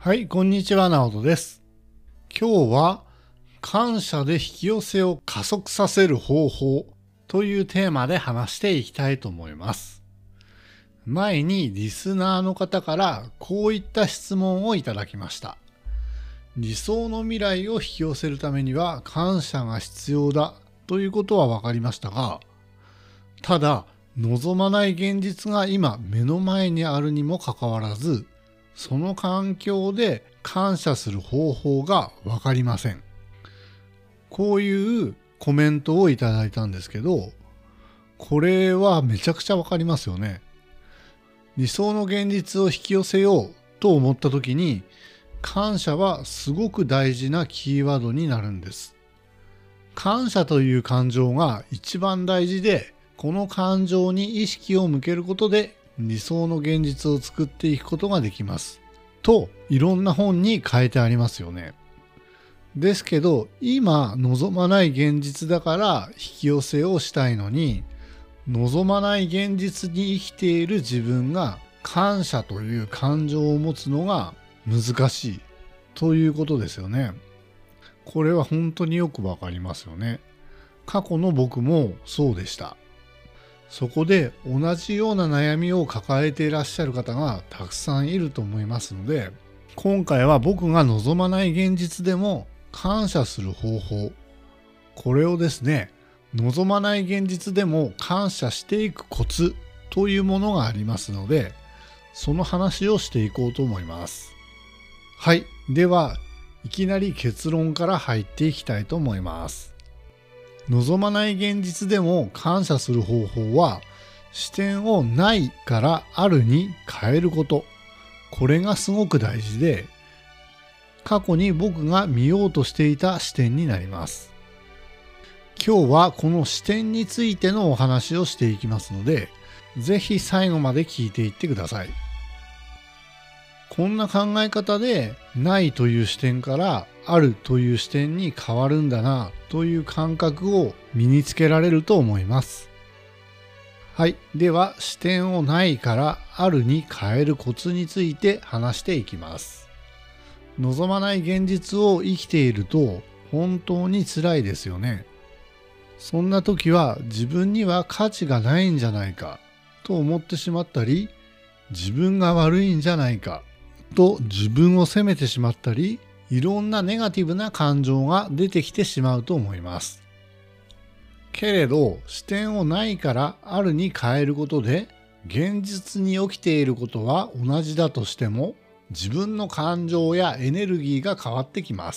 はい、こんにちは、なおとです。今日は感謝で引き寄せを加速させる方法というテーマで話していきたいと思います。前にリスナーの方からこういった質問をいただきました。理想の未来を引き寄せるためには感謝が必要だということは分かりましたが、ただ望まない現実が今目の前にあるにもかかわらず、その環境で感謝する方法が分かりません。こういうコメントをいただいたんですけど、これはめちゃくちゃ分かりますよね。理想の現実を引き寄せようと思った時に、感謝はすごく大事なキーワードになるんです。感謝という感情が一番大事で、この感情に意識を向けることで理想の現実を作っていくことができますと、いろんな本に書いてありますよね。ですけど今望まない現実だから引き寄せをしたいのに、望まない現実に生きている自分が感謝という感情を持つのが難しいということですよね。これは本当によくわかりますよね。過去の僕もそうでした。そこで同じような悩みを抱えていらっしゃる方がたくさんいると思いますので、今回は僕が望まない現実でも感謝する方法、これをですね、望まない現実でも感謝していくコツというものがありますので、その話をしていこうと思います。はい、ではいきなり結論から入っていきたいと思います。望まない現実でも感謝する方法は、視点をないからあるに変えること。これがすごく大事で、過去に僕が見ようとしていた視点になります。今日はこの視点についてのお話をしていきますので、ぜひ最後まで聞いていってください。こんな考え方でないという視点からあるという視点に変わるんだなという感覚を身につけられると思います。はい。では視点をないからあるに変えるコツについて話していきます。望まない現実を生きていると本当に辛いですよね。そんな時は自分には価値がないんじゃないかと思ってしまったり、自分が悪いんじゃないかと自分を責めてしまったり、いろんなネガティブな感情が出てきてしまうと思います。けれど視点をないからあるに変えることで、現実に起きていることは同じだとしても、自分の感情やエネルギーが変わってきます。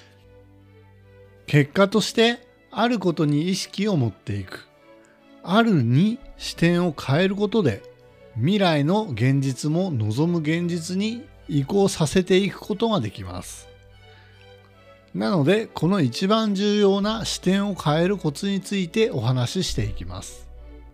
結果としてあることに意識を持っていく。あるに視点を変えることで、未来の現実も望む現実に移行させていくことができます。なので、この一番重要な視点を変えるコツについてお話ししていきます。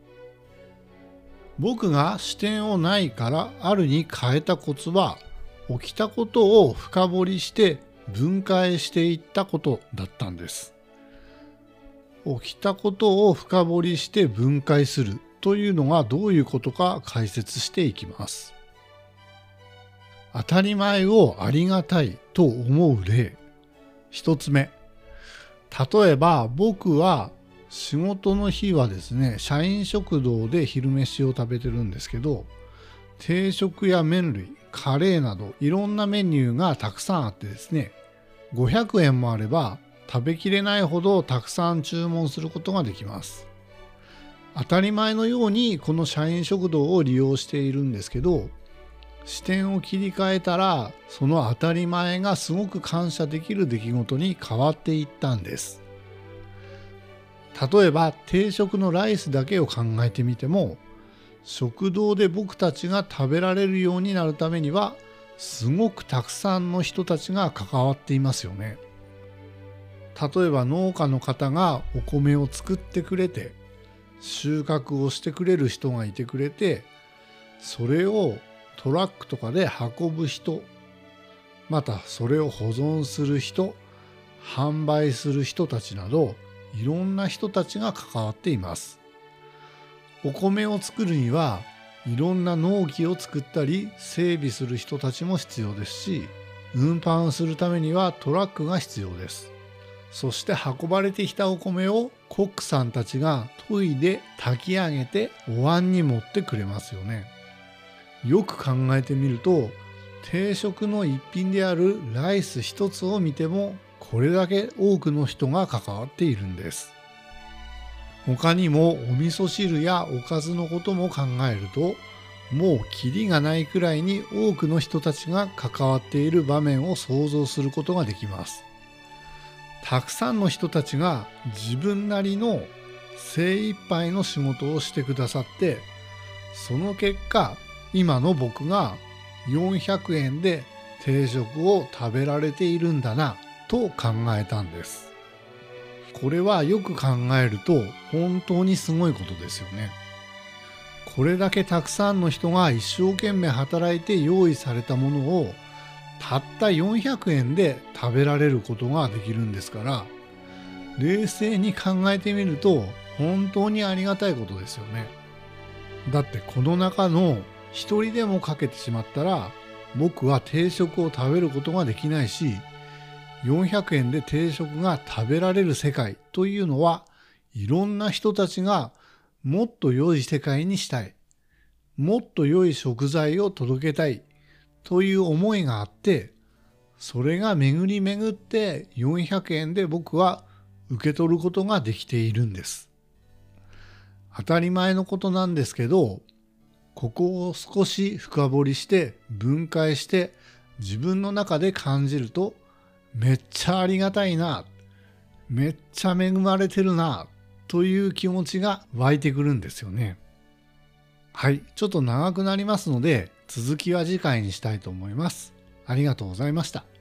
僕が視点をないからあるに変えたコツは、起きたことを深掘りして分解していったことだったんです。起きたことを深掘りして分解するというのがどういうことか解説していきます。当たり前をありがたいと思う例。一つ目。例えば僕は仕事の日はですね、社員食堂で昼飯を食べてるんですけど、定食や麺類、カレーなどいろんなメニューがたくさんあってですね、500円もあれば食べきれないほどたくさん注文することができます。当たり前のようにこの社員食堂を利用しているんですけど、視点を切り替えたらその当たり前がすごく感謝できる出来事に変わっていったんです。例えば定食のライスだけを考えてみても、食堂で僕たちが食べられるようになるためにはすごくたくさんの人たちが関わっていますよね。例えば農家の方がお米を作ってくれて、収穫をしてくれる人がいてくれて、それをトラックとかで運ぶ人、またそれを保存する人、販売する人たちなど、いろんな人たちが関わっています。お米を作るにはいろんな農機を作ったり整備する人たちも必要ですし、 運搬するためにはトラックが必要です。そして運ばれてきたお米をコックさんたちが研いで炊き上げてお椀に持ってくれますよね。よく考えてみると、定食の一品であるライス一つを見てもこれだけ多くの人が関わっているんです。他にもお味噌汁やおかずのことも考えると、もうキリがないくらいに多くの人たちが関わっている場面を想像することができます。たくさんの人たちが自分なりの精一杯の仕事をしてくださって、その結果今の僕が400円で定食を食べられているんだなと考えたんです。これはよく考えると本当にすごいことですよね。これだけたくさんの人が一生懸命働いて用意されたものをたった400円で食べられることができるんですから、冷静に考えてみると本当にありがたいことですよね。だってこの中の一人でも欠けてしまったら僕は定食を食べることができないし、400円で定食が食べられる世界というのはいろんな人たちがもっと良い世界にしたい、もっと良い食材を届けたいという思いがあって、それが巡り巡って400円で僕は受け取ることができているんです。当たり前のことなんですけど、ここを少し深掘りして分解して自分の中で感じると、めっちゃありがたいな、めっちゃ恵まれてるなという気持ちが湧いてくるんですよね。はい、ちょっと長くなりますので続きは次回にしたいと思います。ありがとうございました。